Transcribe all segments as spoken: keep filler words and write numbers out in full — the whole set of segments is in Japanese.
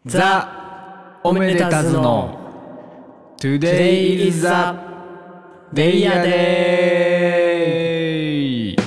ザ・おめでたずの Today is the day ya day。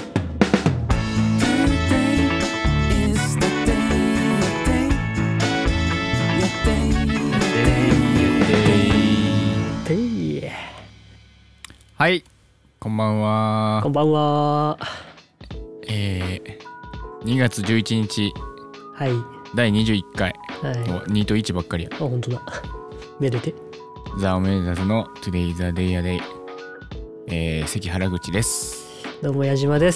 はい、こんばんは。 こんばんは。 えー、にがつじゅういちにち、 はい、 だいにじゅういっかい、 はい、 にといちばっかりや。 あ、本当だ。めでて。 ザ・おめでたずの Today is the day ya day、えー、関原口です。 どうも矢島です。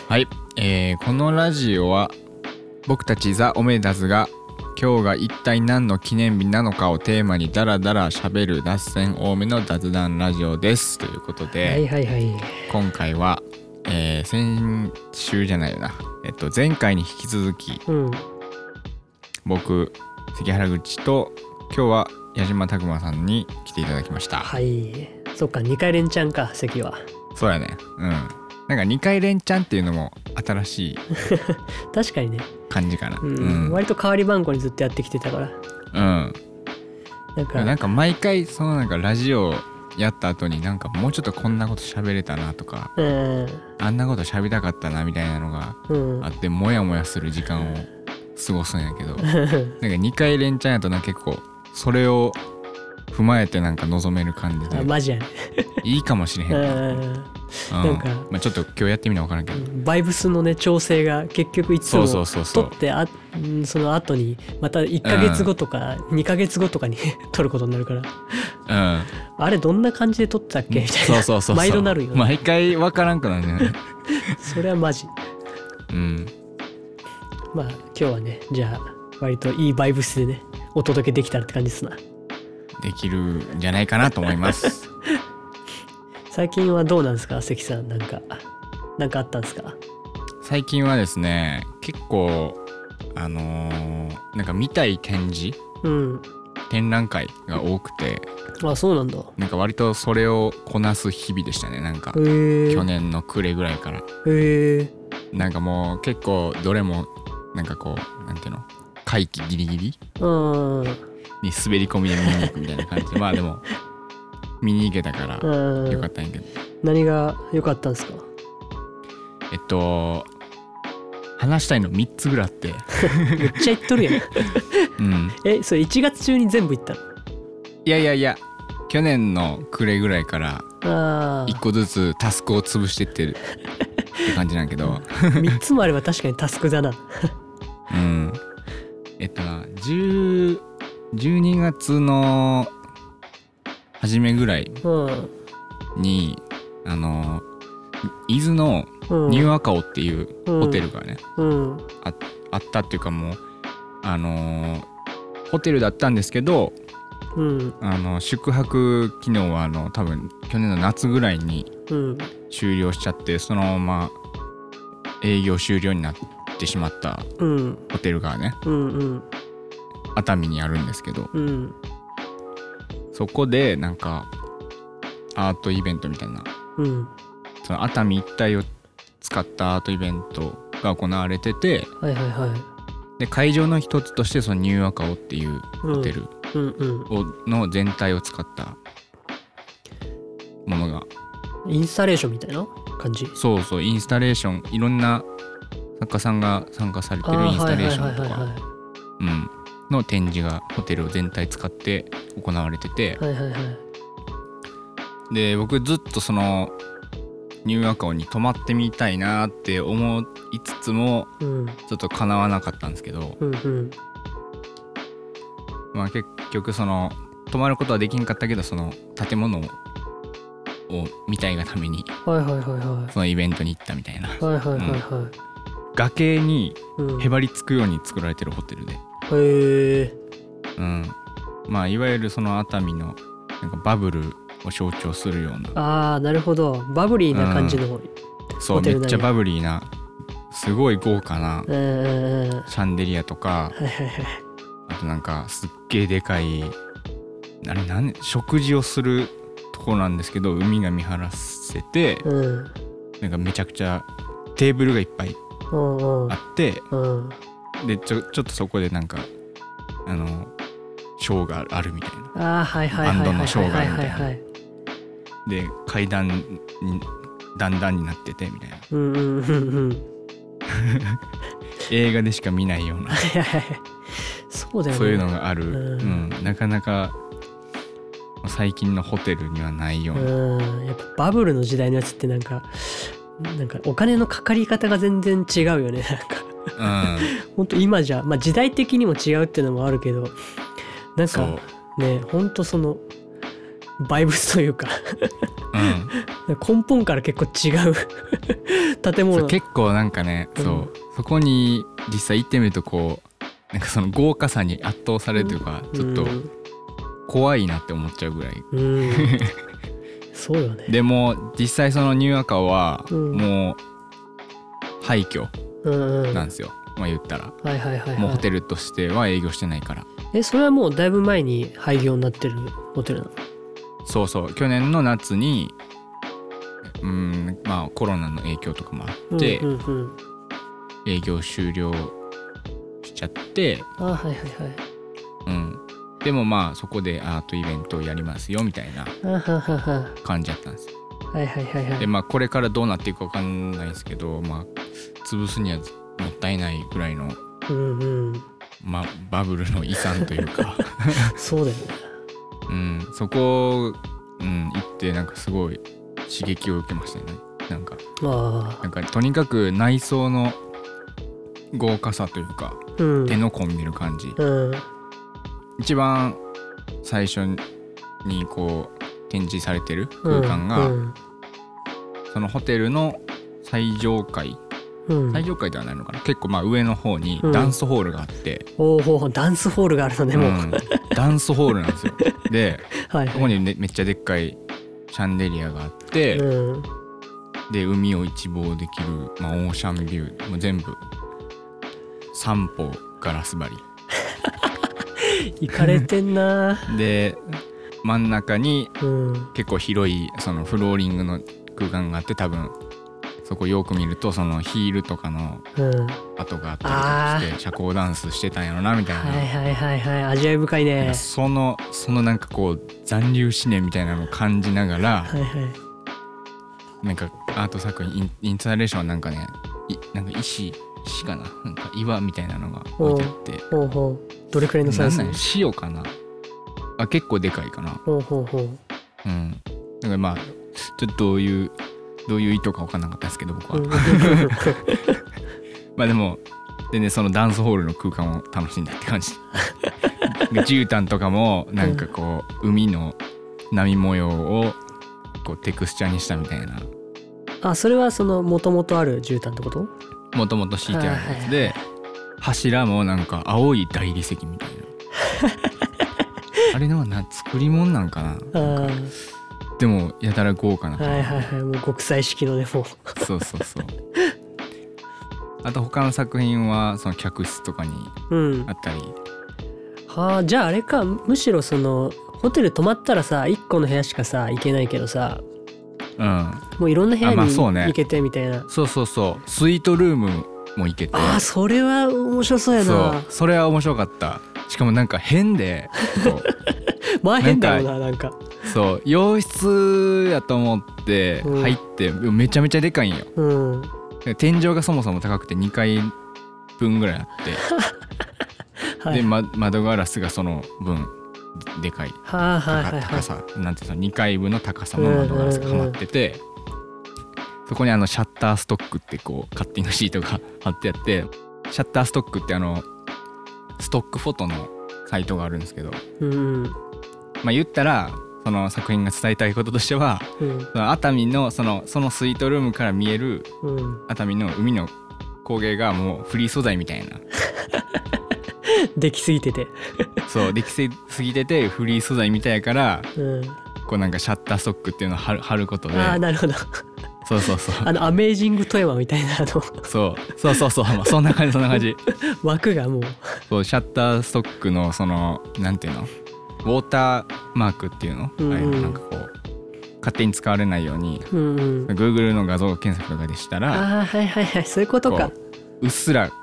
はい、えー、このラジオは僕たちザ・おめでたずが今日が一体何の記念日なのかをテーマにダラダラ喋る脱線多めの雑談ラジオですということで、 はいはいはい、 今回は、えー、先週じゃないよな、えっと前回に引き続き、 うん、 僕関原口と今日は矢島拓馬さんに来ていただきました。 はい、そっか、にかい連チャンか、関は。 そうやね、うん、なんかにかい連チャンっていうのも新しい確かにね、 感じかな、 うんうん、 割と代わり番号にずっとやってきてたから、 うん、 なんかなんか毎回そのなんかラジオやった後になんかもうちょっとこんなこと喋れたなとか、 うん、 あんなこと喋りたかったなみたいなのがあって、うん、モヤモヤする時間を過ごすんやけどなんかにかい連チャンやとな、結構それを踏まえてなんか望める感じで、 あ、マジやねいいかもしれへんな、うん、 なんか、 まあ、ちょっと今日やってみな分からんけど、 バイブスのね調整が結局いつもそうそうそうそう撮ってあその後にまたいっかげつごとかにかげつごとかに撮ることになるから、 うん、 あれどんな感じで撮ってたっけみたいな、 そうそうそうそう、 毎度なるよね、 毎回分からんくなるねそれはマジ。 うん、 まあ今日はね、じゃあ割といいバイブスでねお届けできたらって感じですな。 できるんじゃないかなと思います最近はどうなんですか関さん、なんかなんかあったんですか？ 最近はですね、結構あのー、なんか見たい展示、 うん、 展覧会が多くて、 あ、そうなんだ。 なんか割とそれをこなす日々でしたね。なんか去年の暮れぐらいから、 へー、 なんかもう結構どれもなんかこうなんていうの、会期ギリギリうんに滑り込みで見に行くみたいな感じでまあでも見に行けたからよかったんやけど、 何が良かったんですか？ えっと話したいのみっつぐらいあってめっちゃ言っとるやん、 うん、 え、それいちがつ中に全部行ったの？ いやいやいや、去年の暮れぐらいからいっこずつタスクを潰してってるって感じなんやけどみっつもあれば確かにタスクだなうん、えっとなじゅう、じゅうにがつの初めぐらいに、うん、あの伊豆のニューアカオっていうホテルがね、うんうん、あ, あったっていうか、もうあのホテルだったんですけど、うん、あの宿泊機能はあの多分去年の夏ぐらいに終了しちゃって、そのまま営業終了になってしまったホテルがね、うんうん、熱海にあるんですけど、うん、そこでなんかアートイベントみたいな、うん、その熱海一帯を使ったアートイベントが行われてて、はいはいはい、で会場の一つとしてそのニューアカオっていうホテルをの全体を使ったものが、 インスタレーションみたいな感じ。 そうそう、インスタレーション、いろんな作家さんが参加されてるインスタレーションとかの展示がホテルを全体使って行われてて、はいはいはい、で僕ずっとそのニューアカオに泊まってみたいなって思いつつも、うん、ちょっと叶わなかったんですけど、うんうん、まあ結局その泊まることはできんかったけど、その建物を見たいがために、はいはいはいはい、そのイベントに行ったみたいな、はいはいはいはい、うん、崖にへばりつくように作られてるホテルで、うん、へえ、うん、まあいわゆるその熱海のなんかバブルを象徴するような、あー、なるほど、バブリーな感じのホテル、 うん、そうめっちゃバブリーな、すごい豪華なシャンデリアとか、あとなんかすっげえでかい、あれ何、食事をするところなんですけど、海が見晴らせて、うん、なんかめちゃくちゃテーブルがいっぱいあって、うんうん、でちょ、ちょっとそこでなんかあのショーがあるみたいな。ああはいはいはいはいはいはいはい、 バンドのショーがあるみたいな。で階段に段々になっててみたいな。 うんうんうんうん映画でしか見ないようなそうだよね、 そういうのがある、 うんうん、なかなか最近のホテルにはないような、 うん、やっぱバブルの時代のやつってなんかなんかお金のかかり方が全然違うよね。なんか、うん、ほんと今じゃ、まあ、時代的にも違うっていうのもあるけど、なんかねほんとそのバイブスというか、うん、根本から結構違う建物。 結構なんかね、うん、そうそこに実際行ってみるとこうなんかその豪華さに圧倒されるというか、うん、ちょっと怖いなって思っちゃうぐらい、うん、 そうよね。 でも実際そのニューアカオはもう廃墟なんですよ、うんうん、まあ言ったら、はいはいはいはい、もうホテルとしては営業してないから。 えそれはもうだいぶ前に廃業になってるホテルなの？ そうそう去年の夏にうんまあコロナの影響とかもあって、うんうんうん、営業終了しちゃって、 あはいはいはい、 うん、でもまあそこでアートイベントをやりますよみたいな感じだったんですよ。 はいはいはいはい。 でまあこれからどうなっていくか分かんないですけど、まあ潰すにはもったいないぐらいの、うんうんまあ、バブルの遺産というかそうだよね。 うん、そこ、うん、行ってなんかすごい刺激を受けましたね。なんかあなんかとにかく内装の豪華さというか、うん、手の込んでる感じ、うん、一番最初にこう展示されてる空間が、うんうん、そのホテルの最上階、うん、最上階ではないのかな、結構まあ上の方にダンスホールがあって、 うん、おおダンスホールがあるのねもう、うん、 ダンスホールなんですよ。ではい、はい、ここに、ね、めっちゃでっかいシャンデリアがあって、うん、で海を一望できる、まあ、オーシャンビューもう全部三方ガラス張り行かれてんなで真ん中に結構広いそのフローリングの空間があって、多分そこよく見るとそのヒールとかの跡があったりとかして、社交ダンスしてたんやろなみたいな、 はいはいはいはい味わい深いね。 そのそのなんかこう残留思念みたいなのを感じながら、はいはい、なんかアート作品イン、インスタレーションはなんかねいなんか石石かな、なんか岩みたいなのが置いてあって、 ほうほうどれくらいのサイズ？ なんなん塩かなあ、結構でかいかな。 ほうほうほう、 うん、だからまあちょっとどういうどういう意図か分かんなかったですけど僕はまあでもでねそのダンスホールの空間を楽しんだって感じ絨毯とかもなんかこう海の波模様をこうテクスチャーにしたみたいな。 あ、それはその元々ある絨毯ってこと？ もともと敷いてあるやつで、はいはいはい、柱もなんか青い大理石みたいなあれのな作り物なんかな、なんかでもやたら豪華な感じ、 はいはいはい、もう極彩式のねもうそうそうそうあと他の作品はその客室とかにあったり、 うん、はあ、じゃああれか、むしろそのホテル泊まったらさいっこの部屋しかさ行けないけどさ、うん、もういろんな部屋に行けてみたいな、 まあそうね、そうそうそうスイートルームも行けて、 ああそれは面白そうやな。 そうそれは面白かった。しかもなんか変でまあ変だろうな、なんかそう洋室やと思って入って、うん、めちゃめちゃでかいんよ、うん、天井がそもそも高くてにかいぶんぐらいあってはい、で、ま、窓ガラスがその分でかい、はあはあはいはい、高さなんていうのにかいぶんの高さの窓ガラスがはまってて、うんうんうん、そこにあのシャッターストックってこうカッティングシートが貼ってあって、シャッターストックってあのストックフォトのサイトがあるんですけど、うん、まあ言ったらその作品が伝えたいこととしては、うん、その熱海のそのそのスイートルームから見える熱海の海の光景がもうフリー素材みたいなできすぎててそうできすぎててフリー素材みたいやから、うん、こうなんかシャッターストックっていうのを貼る、貼ることで、 ああなるほどそうそうそうあのアメージング富山みたいなあのそうそうそうそう、まあ、そんな感じそんな感じ枠がもうそうシャッターストックのそのなんていうのウォーターマークっていうの、うん、ああいうのなんかこう勝手に使われないように、うんうん、Google の画像検索とかでしたら、 あはいはいはいそういうことか、 うっすら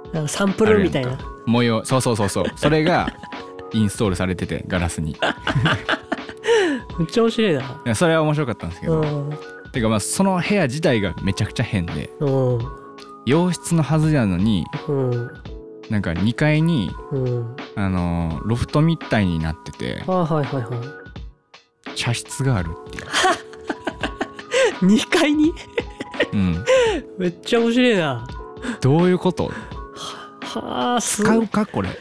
なんかサンプルみたいな模様、そうそうそうそうそれがインストールされててガラスにめっちゃ面白いな。いやそれは面白かったんですけど、てかまあその部屋自体がめちゃくちゃ変で、洋室のはずなのに、うん、なんかにかいに、うん、あのロフトみたいになってて、 あ、はいはいはい、 茶室があるっていうにかいにうん、 めっちゃ面白いな。 どういうこと？ はあ、 使うかこれって。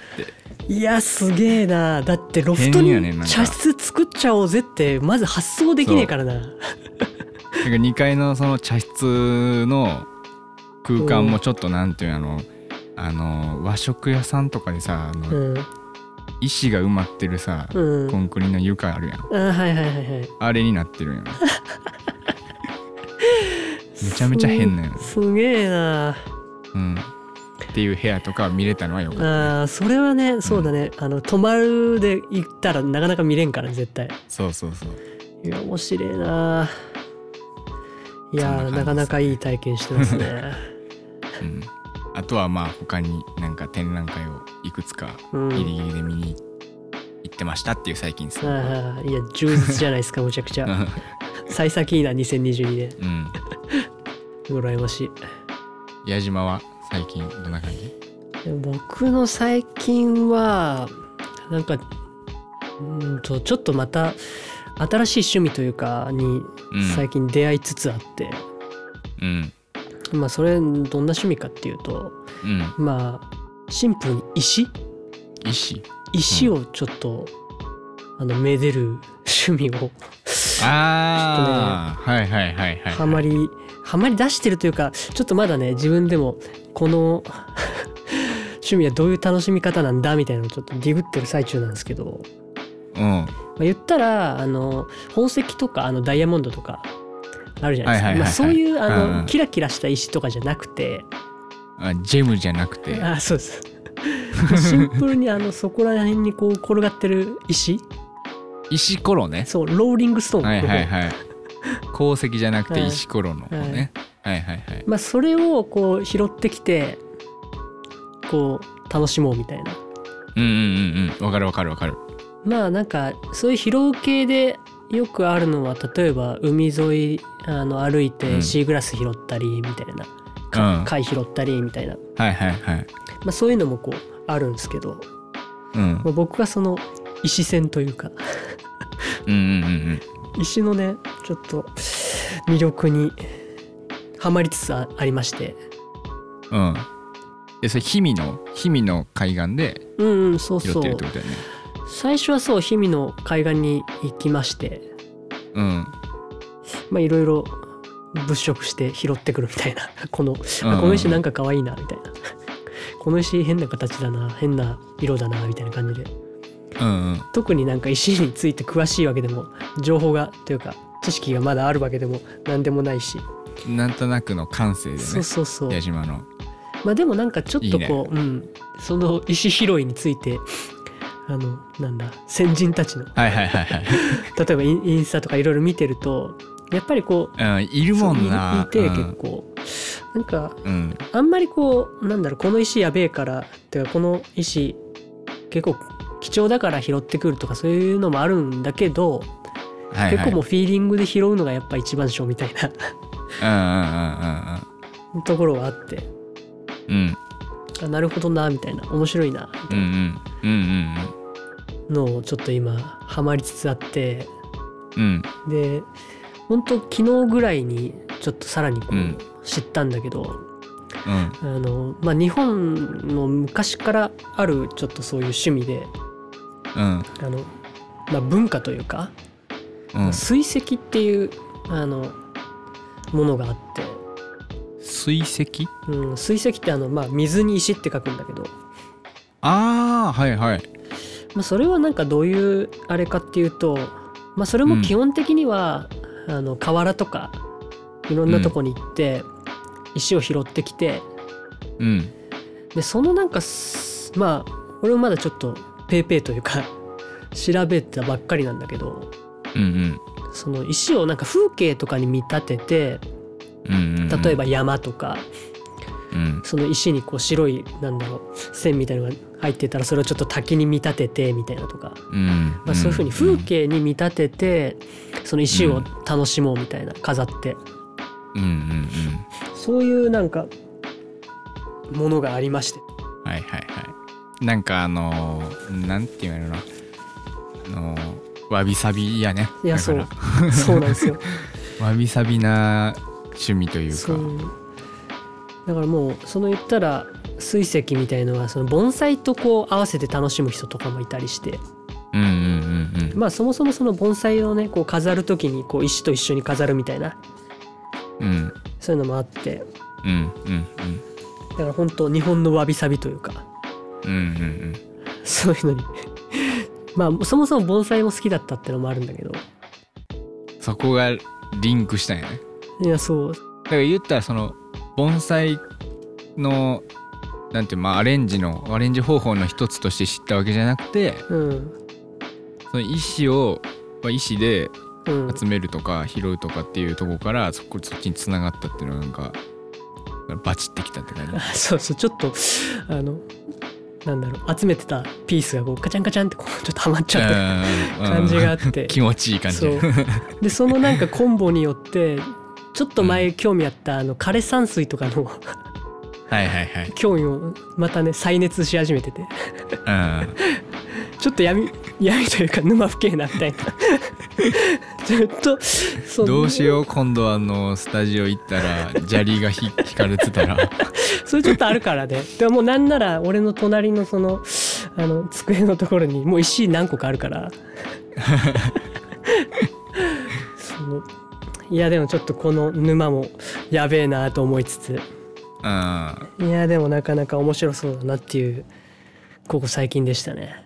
いやすげえな。だってロフトに茶室作っちゃおうぜってまず発想できねえからな。なんかにかいのその茶室の空間もちょっとなんていうの、あの和食屋さんとかでさ、あの、うん、石が埋まってるさ、うん、コンクリの床あるやん。 あ、はいはいはいはい。 あれになってるやん。めちゃめちゃ変なよ。 すげえな。 うん。っていう部屋とか見れたのはよかった、ね。 ああ、それはね、そうだね、うん、あの泊まるで行ったらなかなか見れんから絶対。 そうそうそう。 いや面白いな。いやな、ね、なかなかいい体験してますね。 うん。あとはまあ他になんか展覧会をいくつかギリギリで見に行ってましたっていう最近ですね。 ああ、いや充実じゃないですかむちゃくちゃ。幸先いいなにせんにじゅうにねん。うん。羨ましい。 矢島は最近どんな感じ？ 僕の最近はなんかうんとちょっとまた新しい趣味というかに最近出会いつつあって、うん、まあそれどんな趣味かっていうと、うん、まあシンプルに石石石をちょっと、うん、あのめでる趣味をああ、ね、はいはいはいはい、 はまりはまり出してるというか、ちょっとまだね自分でもこの趣味はどういう楽しみ方なんだみたいなのをちょっとディグってる最中なんですけど、うん、まあ、言ったらあの宝石とかあのダイヤモンドとかあるじゃないですか、まあ、そういうあの、うん、キラキラした石とかじゃなくて、 あジェムじゃなくて、 あ、そうですシンプルにあのそこら辺にこう転がってる石石ころね、 そうローリングストーン、 はいはいはい、鉱石じゃなくて石ころの方ね、はい、はいはいはい、 まあそれをこう拾ってきてこう楽しもうみたいな。 うんうんうんうん、わかるわかるわかる。 まあなんかそういう拾う系でよくあるのは、例えば海沿いあの歩いてシーグラス拾ったりみたいな、うん、貝拾ったりみたいな、 はいはいはい、 まあそういうのもこうあるんですけど、うん、まあ、僕はその石線というかうんうんうんうん、石のねちょっと魅力にハマりつつ あ, ありまして、 うん、でそれ氷見の氷見の海岸で拾ってるってことだよね。うんうん、そうそう、 最初はそう氷見の海岸に行きまして、うん、まあいろいろ物色して拾ってくるみたいなこの、うんうん、この石なんか可愛いなみたいなこの石変な形だな、変な色だなみたいな感じで、うんうん、特になんか石について詳しいわけでも情報がというか知識がまだあるわけでもなんでもないし、 なんとなくの感性でね、 そうそうそう、 矢島の、 まあでもなんかちょっとこう、いいね、うん、その石拾いについてあのなんだ先人たちの、はいはいはいはい、例えばイン、インスタとかいろいろ見てるとやっぱりこう、 うん、いるもんな、 いて結構、うん、なんか、うん、あんまりこうなんだろう、この石やべえからってかこの石結構貴重だから拾ってくるとかそういうのもあるんだけど、はいはい、結構もうフィーリングで拾うのがやっぱ一番でしょみたいなところはあって、うん、あ、なるほどなみたいな、面白いなみたいなのをちょっと今ハマりつつあって、うん、で本当昨日ぐらいにちょっとさらにこう、うん、知ったんだけど、うん、あのまあ、日本の昔からあるちょっとそういう趣味で、うん、あのまあ、文化というか、うん、水石っていうあのものがあって。 水石、 うん、水石ってあの、まあ、水に石って書くんだけど、 あーはいはい、 まあ、それはなんかどういうあれかっていうと、まあ、それも基本的には、うん、あの河原とかいろんなとこに行って石を拾ってきて、うん、でそのなんかまあ俺もまだちょっとペーペーというか調べたばっかりなんだけど、うんうん、その石をなんか風景とかに見立てて、うんうんうん、例えば山とかうん、 その石にこう白いなんだろう線みたいなのが入ってたらそれをちょっと滝に見立ててみたいなとか、 うんまあ、そういう風に風景に見立ててその石を楽しもうみたいな、飾って、 うんうんうん、 そういうなんかものがありまして、 はいはいはい、なんかあのー、なんていうのかな、あのー、わびさびやね。 いやそうそうなんですよわびさびな趣味というか、 そうだからもうその言ったら水石みたいのはその盆栽とこう合わせて楽しむ人とかもいたりして、 うんうんうんうん、 まあそもそもその盆栽をねこう飾る時にこう石と一緒に飾るみたいな、 うん、 そういうのもあって、 うんうんうん、 だから本当日本のわびさびというか、 うんうんうん、 そういうのにまあそもそも盆栽も好きだったってのもあるんだけど、 そこがリンクしたんやね。 いやそうだから言ったらその盆栽のなんていう、まあ、アレンジのアレンジ方法の一つとして知ったわけじゃなくて、 うん、 その石を、まあ、石で集めるとか拾うとかっていうところからそこそっちに繋がったっていうのがなんかバチってきたって感じ。 あそうそうちょっとあのなんだろう集めてたピースがこうカチャンカチャンってこうちょっとはまっちゃった感じがあって気持ちいい感じ。 そうでそのなんかコンボによってちょっと前興味あったあの枯山水とかのはいはいはい、 興味をまたね再熱し始めてて、うん、ちょっと闇闇というか沼深えなみたいなずっとそどうしよう今度あのスタジオ行ったら砂利が引かれてたらそれちょっとあるからね。でももうなんなら俺の隣のそのあの机のところにもう石何個かあるからそのいやでもちょっとこの沼もやべえなと思いつつ、 うん、 いやでもなかなか面白そうだなっていうここ最近でしたね。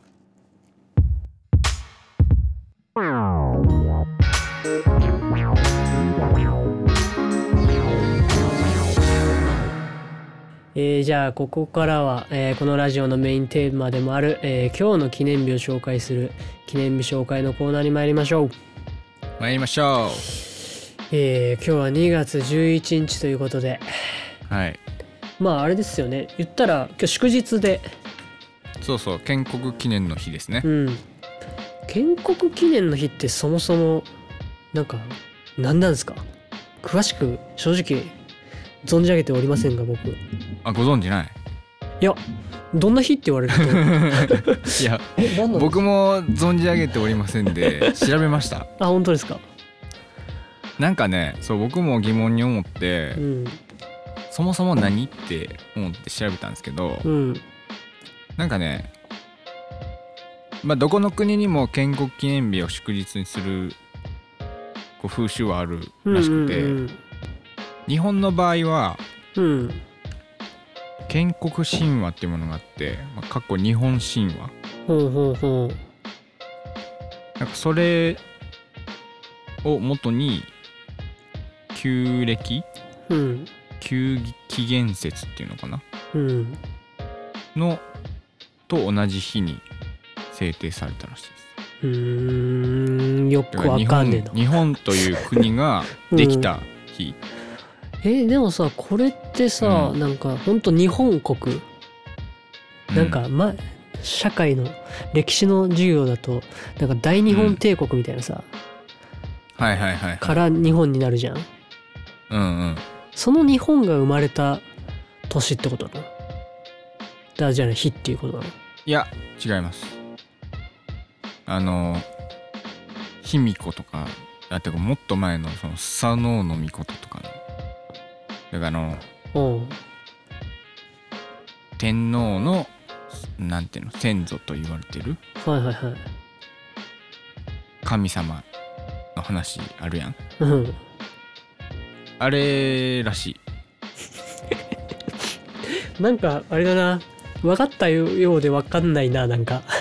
えー、じゃあここからは、えー、このラジオのメインテーマでもある、えー、今日の記念日を紹介する記念日紹介のコーナーに参りましょう。 参りましょう。 えー、今日はにがつじゅういちにちということで、 はい、 まああれですよね、言ったら今日祝日で、 そうそう建国記念の日ですね。 うん、建国記念の日ってそもそもなんか何なんですか？詳しく正直存じ上げておりませんが僕。 あ、ご存知ない？ いや、どんな日って言われるといや僕も存じ上げておりませんで調べました。 あ、本当ですか？ なんかね、そう僕も疑問に思って、うん、そもそも何って思って調べたんですけど、うん、なんかね、まあどこの国にも建国記念日を祝日にするこう風習はあるらしくて、うんうんうん、日本の場合は、うん、建国神話っていうものがあって、まあ、かっこ日本神話、ほうほうほう、なんかそれを元に旧暦、うん、旧紀元節っていうのかな、うん、のと同じ日に制定されたらしいです。 うーん、よくわかんねえな。 日本という国ができた日、 うん、えでもさこれってさ、うん、なんかほんと日本国、うん、なんかま社会の歴史の授業だとなんか大日本帝国みたいなさ、 うん、はいはいはい、はい、 から日本になるじゃん。 うんうん。 その日本が生まれた年ってことなの？だじゃあ日っていうことなの？ いや違います。あの卑弥呼とかだってもっと前のそのスサノオノミコトとかのだからあの天皇のなんていうの先祖と言われてる、 はいはいはい、 神様の話あるやん、 うん、 あれらしいなんかあれだな、分かったようで分かんないな、なんか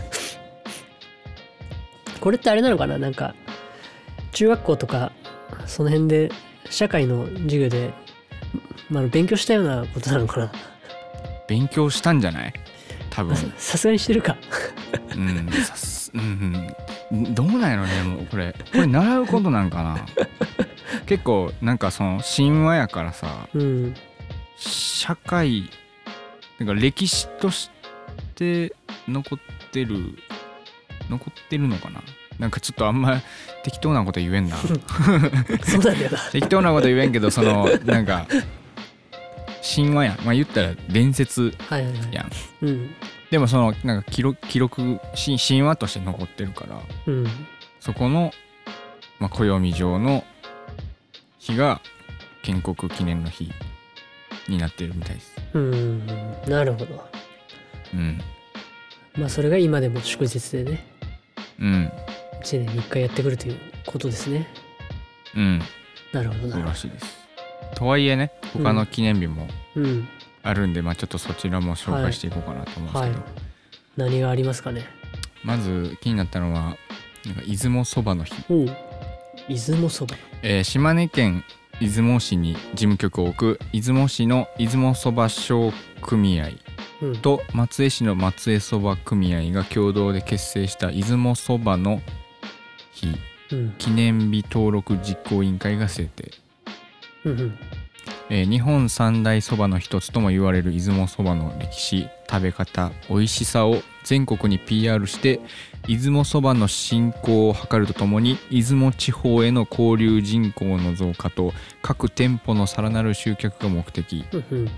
これってあれなのかな、なんか中学校とかその辺で社会の授業で、まあ、勉強したようなことなのかな。 勉強したんじゃない？多分さすがにしてるかうんさす、うんうん、どうなんやろね。もうこれこれ習うことなんかな結構なんかその神話やからさ、うん、 社会なんか歴史として残ってる残ってるのかな。なんかちょっとあんま適当なこと言えんなそうなんだよな適当なこと言えんけど、そのなんか神話やん、まあ言ったら伝説やん、はいはいはい、うん、でもそのなんか記録、記録神話として残ってるから、うん、そこの、まあ、暦上の日が建国記念の日になってるみたいです。 うん、なるほど。うん。まあそれが今でも祝日でね。うん。いちねんにいっかいやってくるということですね。 うん。 なるほどな。 そうらしいです。とはいえね、他の記念日もあるんで、うん、まあちょっとそちらも紹介していこうかなと思うんですけど。はいはい、 何がありますかね。 まず気になったのは、なんか出雲そばの日。 おう。出雲そば。 えー、島根県出雲市に事務局を置く出雲市の出雲そば商組合と松江市の松江そば組合が共同で結成した出雲そばの日、うん、記念日登録実行委員会が制定、うんうんえー、日本三大そばの一つとも言われる出雲そばの歴史、食べ方、美味しさを全国に ピーアール して出雲そばの振興を図るとともに出雲地方への交流人口の増加と各店舗のさらなる集客が目的、うんうん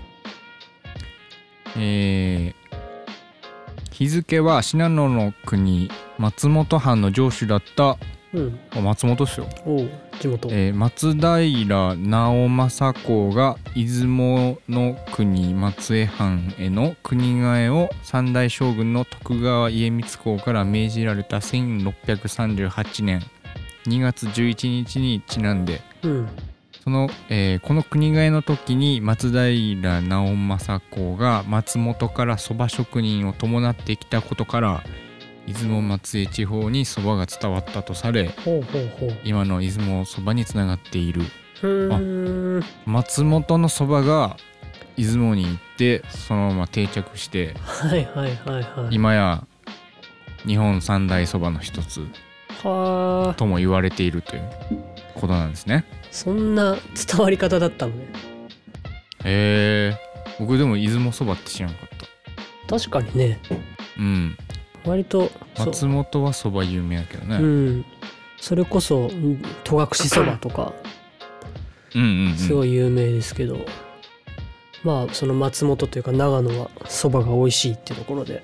えー、日付は信濃の国松本藩の城主だった、うん、松本っすよ。 お地元、 えー、松平直政公が出雲の国松江藩への国替えを三代将軍の徳川家光公から命じられたせんろっぴゃくさんじゅうはちねんにがつじゅういちにちにちなんで、うんそのえー、この国替えの時に松平直政公が松本から蕎麦職人を伴ってきたことから出雲松江地方に蕎麦が伝わったとされ、ほうほうほう今の出雲蕎麦につながっている。あ松本の蕎麦が出雲に行ってそのまま定着して、 はいはいはいはい、 今や日本三大蕎麦の一つとも言われているということなんですね。 そんな伝わり方だったのね。 へえ、僕でも出雲そばって知らなかった。確かにね。うん。割と松本はそば有名やけどね。 うん。それこそ戸隠そばとかうんうん、うん、すごい有名ですけど、まあその松本というか長野はそばが美味しいっていうところで、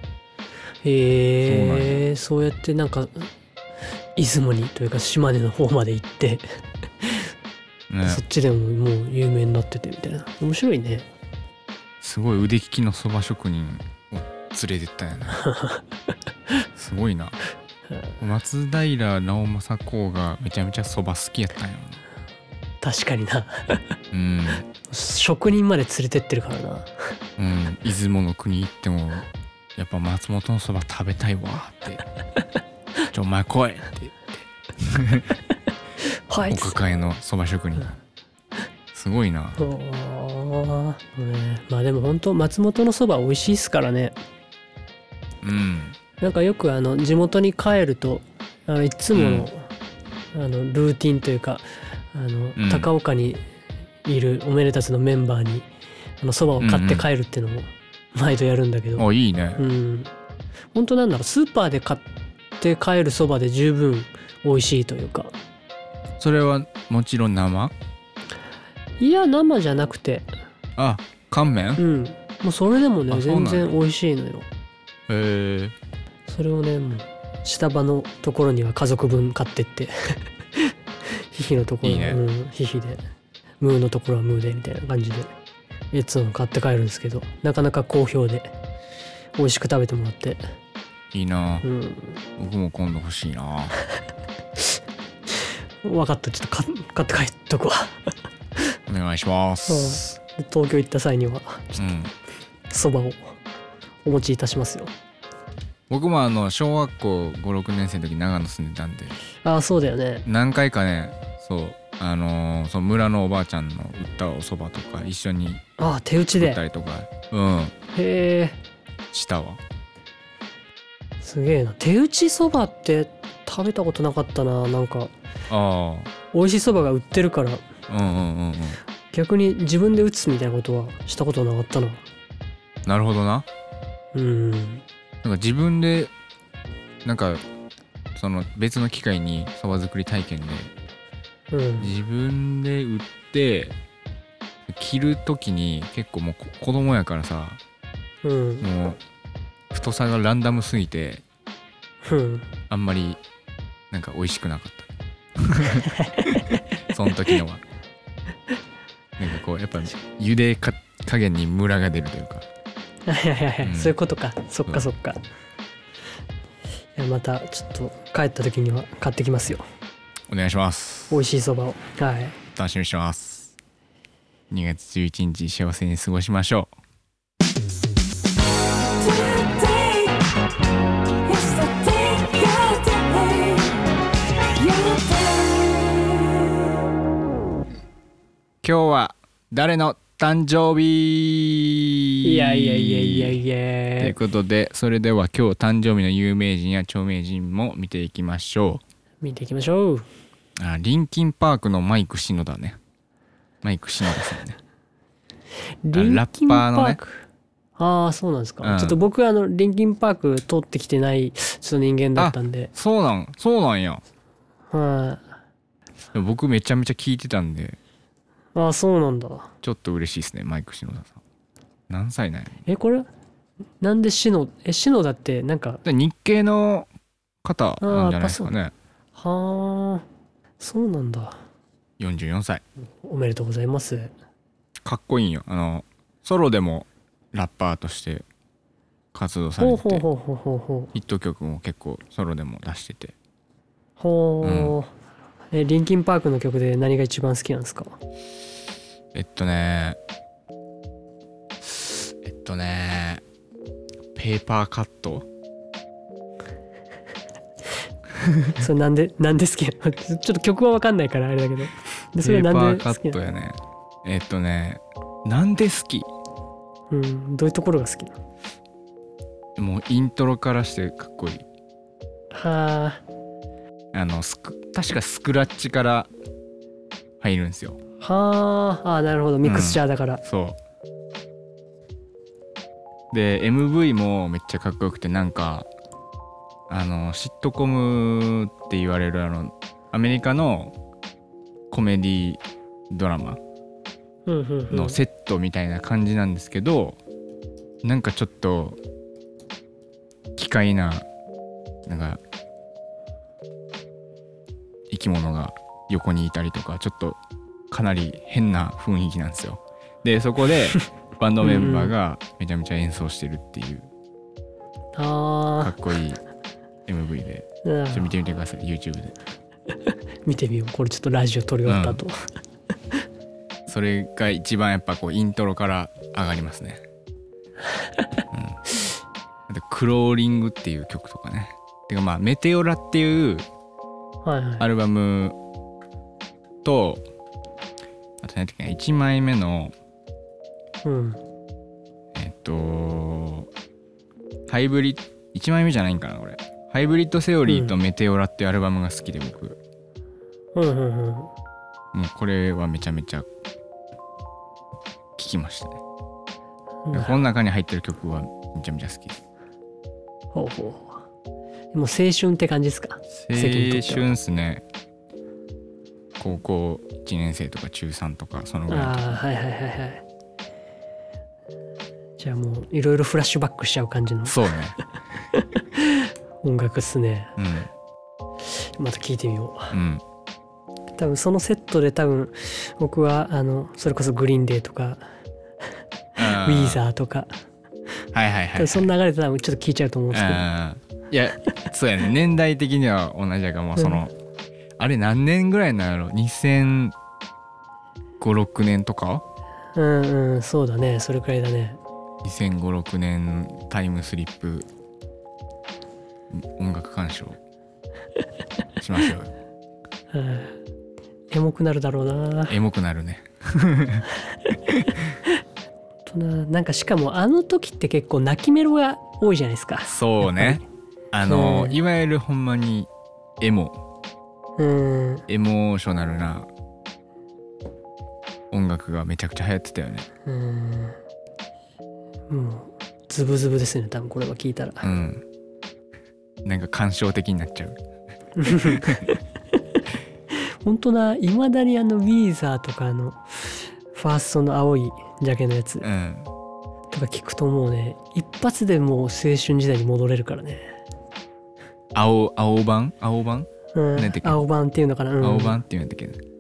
へえ、そうやってなんか出雲にというか島根の方まで行ってね、そっちでももう有名になっててみたいな。面白いね。 すごい腕利きのそば職人を連れてったんやなすごいな松平直政公がめちゃめちゃそば好きやったんやな。 確かになうん職人まで連れてってるからなうん出雲の国行ってもやっぱ松本のそば食べたいわってちょお前来いって言ってはい、お抱えのそば職人すごいな。お、 ね、まあでも本当松本のそば美味しいっすからね。うんなんかよくあの地元に帰るとあのいつもの、うん、あのルーティンというかあの、うん、高岡にいるおめでたつのメンバーにあのそばを買って帰るっていうのも毎度やるんだけど、 うんうん、いいね。 うん本当なんだろうスーパーで買って帰るそばで十分美味しいというか。 それはもちろん生？ いや生じゃなくてあ乾麺？ うんもうそれでもね全然美味しいのよ。 へえ。 それをねもう下場のところには家族分買ってってヒヒのところは、ねうん、ヒヒでムーのところはムーでみたいな感じでいつも買って帰るんですけどなかなか好評で美味しく食べてもらっていいな、うん、僕も今度欲しいな分かったちょっと買って帰っとくわお願いします、 うん、東京行った際にはちょっとそばをお持ちいたしますよ。 僕もあの小学校ご、ろくねん生の時長野住んでたんでああそうだよね何回かねそうあのー、その村のおばあちゃんの売ったおそばとか一緒にああ手打ちで作ったりとかうんへえしたわ。 すげえな手打ちそばって食べたことなかったな。なんかあ美味しいそばが売ってるから、うんうんうんうん、 逆に自分で打つみたいなことはしたことなかったな。 なるほどな。 うんなんか自分でなんかその別の機械にそば作り体験で、うん、自分で打って切る時に結構もう子供やからさ、うん、もう太さがランダムすぎて、うん、あんまりなんか美味しくなかったその時のはなんかこうやっぱ茹でか加減にムラが出るというかはいはいはい、うん、そういうことか。そっかそっか。いやまたちょっと帰った時には買ってきますよ。 お願いします。 美味しいそばを。はい。 楽しみにしてます。にがつじゅういちにち幸せに過ごしましょう。今日は誰の誕生日？ いやいやいやいやいや。 ということで、それでは今日誕生日の有名人や著名人も見ていきましょう。見ていきましょう。 あ、リンキンパークのマイク篠田ね。マイク篠田さんね。 リンキンパーク。ラッパーのね。ああ、そうなんですか。うん、ちょっと僕あのリンキンパーク通ってきてないちょっと人間だったんで。 そうなん、そうなんや。 はい。 僕めちゃめちゃ聞いてたんで。 ああ、そうなんだ。 ちょっと嬉しいですね、マイク篠田さん。何歳なんや。 え、これなんで篠え篠田ってなんか日系の方なんじゃないですかね。 はあ、そうなんだ。 よんじゅうよんさい。 おめでとうございます。 かっこいいんよ。あのソロでもラッパーとして活動されてて、ヒット曲も結構ソロでも出してて。 ほう、うん、えリンキンパークの曲で何が一番好きなんですか？ えっとねえっとねペーパーカットそれなんでなんで好きなの？ちょっと曲は分かんないからあれだけど。 でそれなんで好きなの？ペーパーカットやね。えっとねなんで好き？ うん、どういうところが好きなの？ もうイントロからしてかっこいい。 はあ。あのスク確かスクラッチから入るんですよ。 はあ、あ、なるほど、ミクスチャーだから、 うん、そうで エムブイ もめっちゃかっこよくて、なんかあのシットコムって言われるあのアメリカのコメディドラマのセットみたいな感じなんですけど、なんかちょっと奇怪ななんか生き物が横にいたりとか、ちょっとかなり変な雰囲気なんですよ。でそこでバンドメンバーがめちゃめちゃ演奏してるっていうかっこいい エムブイ で、ちょっと見てみてください YouTube で見てみよう。これちょっとラジオ撮り終わった後、うん、 それが一番やっぱこうイントロから上がりますね、うん、あとクローリングっていう曲とかね。てかまあメテオラっていうアルバムと、はいはい、あと何ていうかいちまいめの、うん、えっとハイブリッドいちまいめじゃないんかなこれ。ハイブリッドセオリーとメテオラっていうアルバムが好きで僕、うんうんうんうん、もうこれはめちゃめちゃ聴きましたね、うん、この中に入ってる曲はめちゃめちゃ好きです。 ほうほう。でも青春って感じですか？ 青春っすね。高校いちねん生とかちゅうさんとかそのぐらい。ああ、 はいはいはいはい。じゃあもういろいろフラッシュバックしちゃう感じの。 そうね音楽っすね、うん、また聴いてみよう、うん、多分そのセットで多分僕はあのそれこそグリーンデーとかウィーザーとか、 はいはいはい、はい、 その流れで多分ちょっと聴いちゃうと思うんですけど、 いやそうやね年代的には同じやからもうその、うん、あれ何年ぐらいなんやろにせんご、ろくねんとか。 うんうん、そうだね、それくらいだね。 にせんご、ろくねんタイムスリップ音楽鑑賞しましょうようん、エモくなるだろうな。 エモくなるねとな、なんかしかもあの時って結構泣きメロが多いじゃないですか。 そうね、あの、うん、いわゆるほんまにエモ、うん、エモーショナルな音楽がめちゃくちゃ流行ってたよね。 うん、もうズブズブですね多分これは聞いたら。 うん、なんか感傷的になっちゃう。 本当な、いまだにあのウィーザーとかのファーストの青いジャケのやつ、うん、とか聞くともうね一発でもう青春時代に戻れるからね。 青青版青版、 うん、青版っていうのかな、うん、 青版っていうんだけど、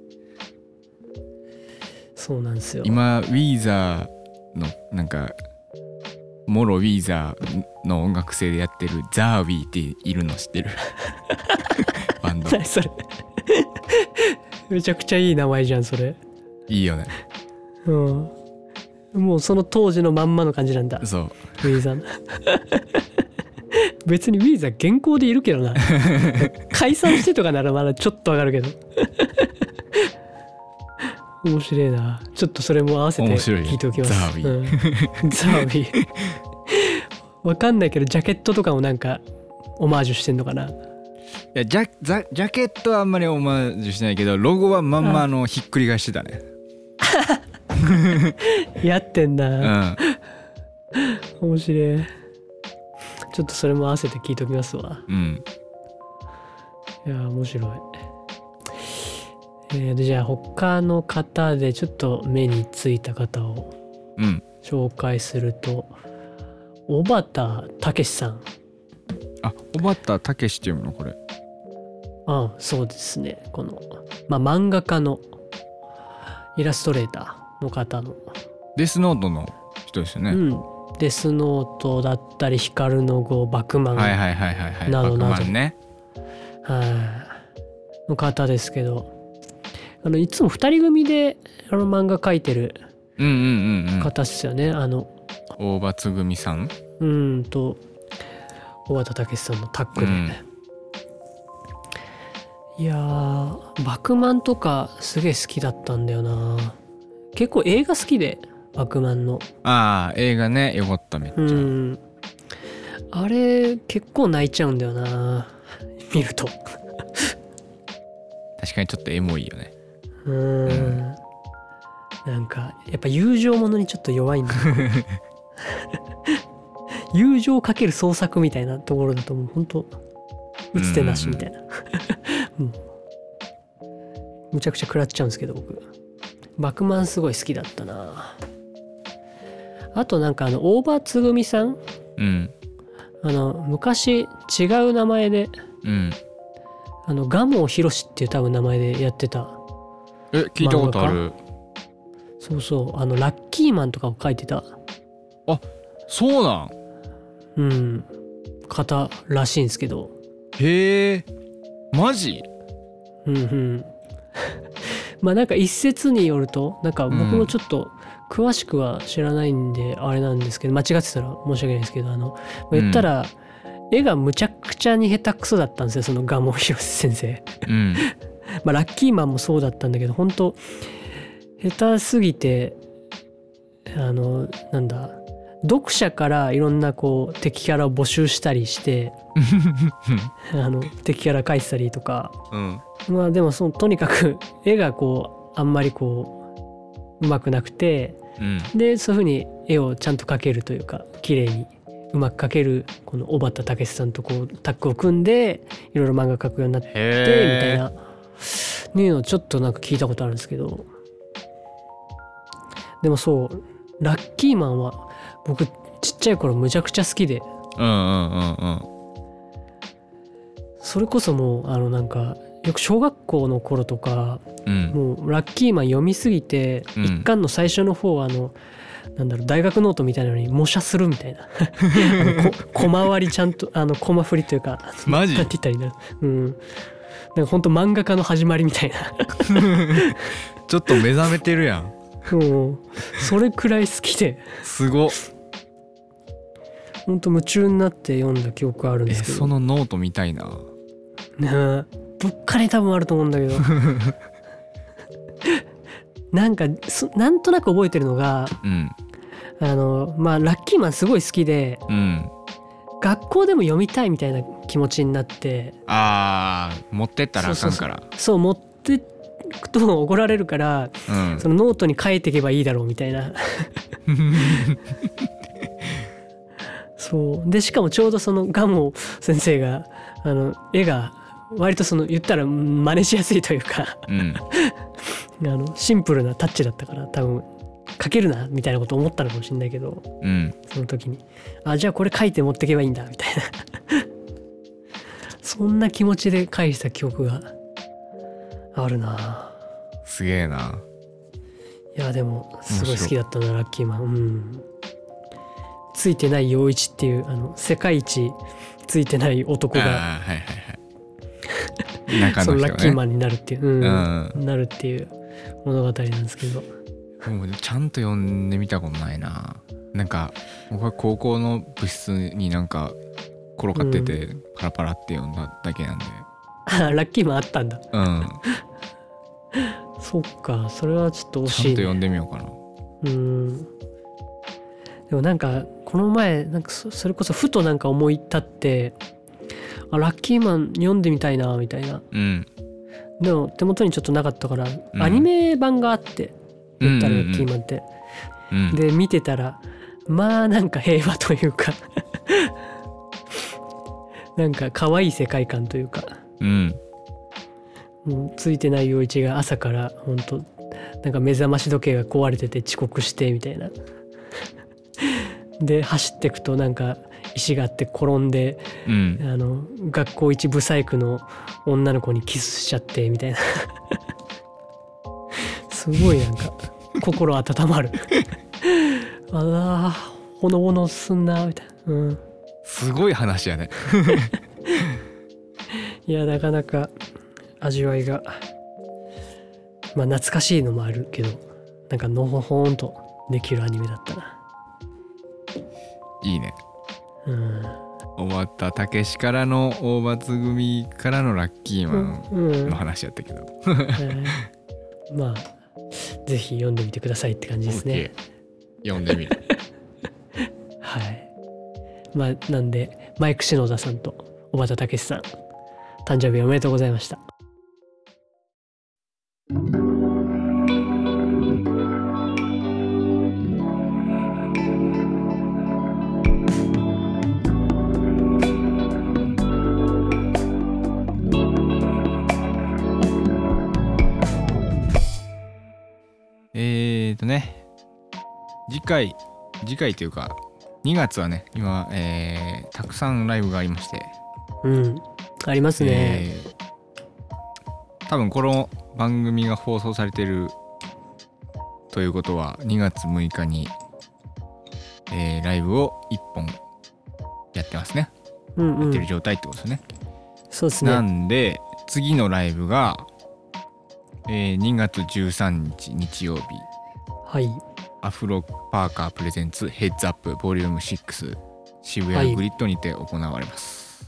そうなんですよ。 今ウィーザーのなんかモロウィーザーの音楽性でやってるザーウィーっているの知ってる？バンド。 何それ？めちゃくちゃいい名前じゃんそれ。 いいよね。 うん。もうその当時のまんまの感じなんだ。 そう。 ウィーザー。別にウィーザー現行でいるけどな。解散してとかならまだちょっとわかるけど。面白いな。ちょっとそれも合わせて聞いておきます。 ザービー、うん、 ザービー。わかんないけどジャケットとかもなんかオマージュしてんのかな。 いや ジ, ャザジャケットはあんまりオマージュしてないけどロゴはまんまのひっくり返してたね。 やってんな、うん、面白い。ちょっとそれも合わせて聞いておきますわ。うん。いや面白い。えー、でじゃあ他の方でちょっと目についた方を紹介すると、うん、小畑武史さん。 あ、小畑武史っていうのこれ。 ああ、そうですね。この、まあ、漫画家のイラストレーターの方の。 デスノートの人ですよね。うん。 デスノートだったり、光の碁、バクマンなどなど。はいはいはいはい。バクマンね。はい。の方ですけど、あのいつも二人組であの漫画描いてる方ですよね。うんうんうんうん、あの大場つぐみさん。 うんと小畑武史さんのタッグで。うん、いやーバクマンとかすげえ好きだったんだよな。結構映画好きでバクマンの。 ああ映画ね、よかっためっちゃ。うん、 あれ結構泣いちゃうんだよな見ると。 確かにちょっとエモいよね。 うーん、うん、なんかやっぱ友情ものにちょっと弱いんだ。友情かける創作みたいなところだともう本当打つ手なしみたいな。うん、むちゃくちゃ食らっちゃうんですけど僕バクマンすごい好きだったな。あとなんかあの大場つぐみさん、うん、あの昔違う名前で、うん、あの蒲生宏っていう多分名前でやってた。 え聞いたことある。 そうそうあのラッキーマンとかを書いてた。 あそうなん。 うん方らしいんですけど。 へえマジ。 うんうんまあなんか一説によるとなんか僕もちょっと詳しくは知らないんであれなんですけど、間違ってたら申し訳ないですけど、あの言ったら絵がむちゃくちゃに下手くそだったんですよその蒲生宏先生。うんまあラッキーマンもそうだったんだけど本当下手すぎてあのなんだ読者からいろんなこう敵キャラを募集したりしてあの敵キャラ描いてたりとか、うん、まあでもそのとにかく絵がこうあんまりこううまくなくて、うん、でそういう風に絵をちゃんと描けるというか綺麗にうまく描けるこの小畑武史さんとこうタッグを組んでいろいろ漫画描くようになってみたいないうのをちょっとなんか聞いたことあるんですけど、でもそうラッキーマンは僕ちっちゃい頃むちゃくちゃ好きで、うんうんうんうん、それこそもうあのなんかよく小学校の頃とか、うん、もうラッキーマン読みすぎて、うん、一巻の最初の方はあのなんだろう大学ノートみたいなのに模写するみたいなあのこ小回りちゃんとあのコマ振りというかマジなんて言ったらいいんだろう、うん、なんか本当漫画家の始まりみたいなちょっと目覚めてるやん。 もうそれくらい好きですごっ。 ほんと夢中になって読んだ記憶あるんですけど。 えそのノートみたいなねえどっかに多分あると思うんだけどなんかなんとなく覚えてるのが、うん、あのまあラッキーマンすごい好きで、うん、学校でも読みたいみたいな気持ちになって。 あー持ってったらあかんから。 そうそうそう、そう持ってくと怒られるから、うん、そのノートに書いていけばいいだろうみたいなそうでしかもちょうどそのガモ先生があの絵が割とその言ったら真似しやすいというか、うん、あのシンプルなタッチだったから多分書けるなみたいなこと思ったのかもしれないけど、うん、その時にあじゃあこれ書いて持ってけばいいんだみたいなそんな気持ちで返した記憶があるな。 すげえな。 いやでもすごい好きだったなラッキーマン、うん、ついてない陽一っていうあの世界一ついてない男が、はいはいはい、中の人ね、そのラッキーマンになるっていう、うんうん、なるっていう物語なんですけど、 もうちゃんと読んでみたことないな。なんか僕は高校の部室になんか転がっててパラパラって読んだだけなんで、 うん、ラッキーマンあったんだ。 うんそっか、それはちょっと惜しい、ね、 ちゃんと読んでみようかな。 うん。でもなんかこの前なんかそれこそふとなんか思い立ってあラッキーマン読んでみたいなみたいな、うん、でも手元にちょっとなかったから、うん、アニメ版があって言ったらラッキーマンって、うんうんうん、で見てたらまあなんか平和というかなんか可愛い世界観というか、うん、もうついてない陽一が朝から本当なんか目覚まし時計が壊れてて遅刻してみたいなで走ってくとなんか石があって転んで、うん、あの学校一ブサイクの女の子にキスしちゃってみたいなすごいなんか心温まるあらほのぼのすんなみたいな、うん、 すごい話やねいやなかなか味わいがまあ懐かしいのもあるけどなんかのほほんとできるアニメだったな。 いいね、うん、終わったたけしからの大罰組からのラッキーマンの話やったけど、うんうんえー、 まあぜひ読んでみてくださいって感じですね。 読んでみるはいまあなんでマイク篠田さんと小畑武史さん誕生日おめでとうございました。 えーとね次回次回というかにがつはね今、えー、たくさんライブがありまして、 うんありますね、えー、多分この番組が放送されてるということはにがつむいかに、えー、ライブをいっぽんやってますね、うんうん、やってる状態ってことですね。 そうですね。 なんで次のライブが、えー、にがつじゅうさんにち日曜日、 はい、 アフロパーカープレゼンツヘッズアップボリュームシックス渋谷グリッドにて行われます、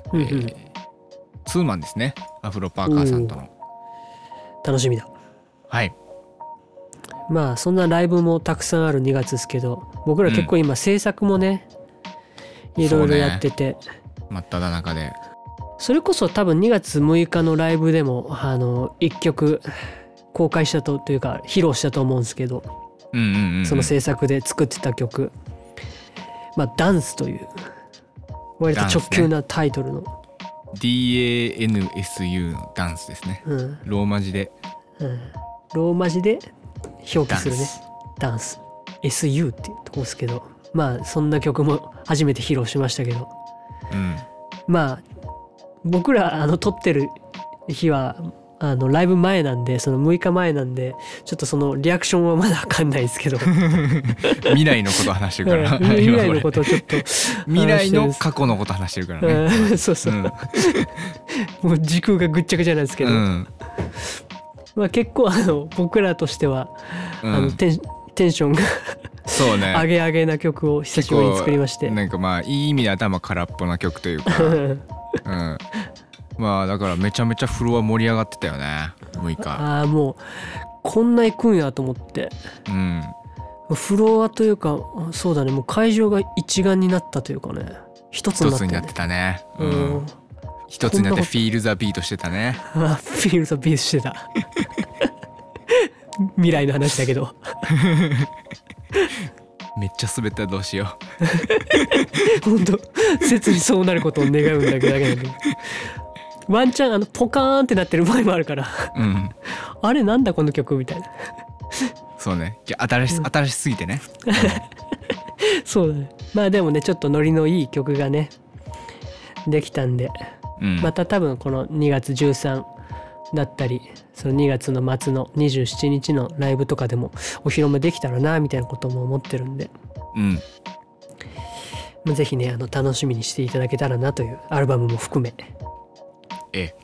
はいえーうんうん、ツーマンですね。アフロパーカーさんとの楽しみだ。 はい。 まあそんなライブもたくさんあるにがつですけど僕ら結構今制作もね、うん、いろいろやってて、 真っ只中でそれこそ多分にがつむいかのライブでもあのいっきょく公開したとというか披露したと思うんですけど、うんうんうんうん、その制作で作ってた曲、まあダンスという割と直球なタイトルの、ね、 ディーエーエヌエスユー のダンスですね、うん、ローマ字で、 うん、ローマ字で表記するねダンス エスユー っていうとこですけど、まあそんな曲も初めて披露しましたけど、うん、まあ僕らあの撮ってる日はあのライブ前なんでそのむいかまえなんでちょっとそのリアクションはまだ分かんないですけど未来のこと話してるから未来のことちょっと未来の過去のこと話してるからねそうそう、うん、もう時空がぐっちゃぐちゃなんですけど、うんまあ、結構あの僕らとしては、うん、あのテン、テンションがそうね上げ上げな曲を久しぶりに作りまして、 なんかまあいい意味で頭空っぽな曲というか、うんまあだからめちゃめちゃフロア盛り上がってたよねむいか。 ああもうこんな行くんやと思って、うん、フロアというかそうだねもう会場が一丸になったというかね一つになって、ね、 一つになってたね、うん、一つになってフィールザビートしてたね。 あフィールザビートしてた未来の話だけどめっちゃ滑ったらどうしよう本当切にそうなることを願うんだけどだけどワンチャンあのポカーンってなってる場合もあるから、うん、あれなんだこの曲みたいなそうね新し、新しすぎてねそうだね。まあでもねちょっとノリのいい曲がねできたんで、うん、また多分このにがつじゅうさんだったりそのにがつの末のにじゅうしちにちのライブとかでもお披露目できたらなみたいなことも思ってるんで、うんまあ、ぜひねあの楽しみにしていただけたらなというアルバムも含めええ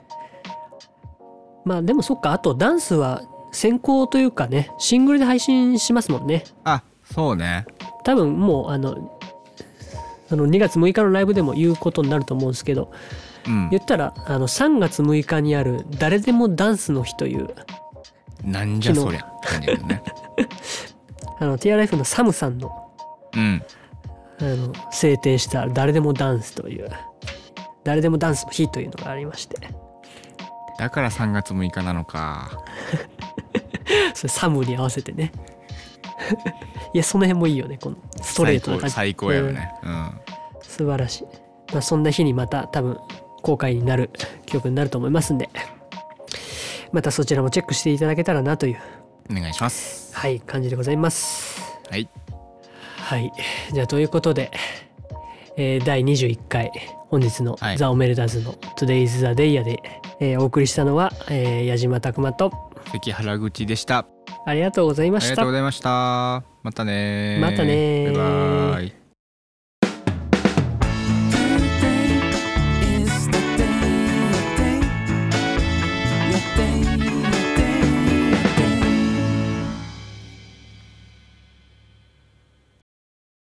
まあでもそっかあとダンスは先行というかねシングルで配信しますもんね。 あそうね多分もうあのそのにがつむいかのライブでも言うことになると思うんですけど、うん、言ったらあのさんがつむいかにある誰でもダンスの日というなんじゃそりゃねあの ティーアールエフ のサムさんの,、うん、あの制定した誰でもダンスという誰でもダンスの日というのがありましてだからさんがつむいかなのかそれサムに合わせてねいやその辺もいいよねこのストレートな感じ最高やよね、うん、 素晴らしい、まあ、そんな日にまた多分公開になる曲になると思いますんでまたそちらもチェックしていただけたらなというお願いしますはい感じでございますはいはいじゃあということで、えー、だいにじゅういっかい本日のザ・オメルダズの Today's the Day やで、えー、お送りしたのは、えー、矢島拓馬と関原口でした。 ありがとうございました。 ありがとうございました。またね。 またね。 バイバイ。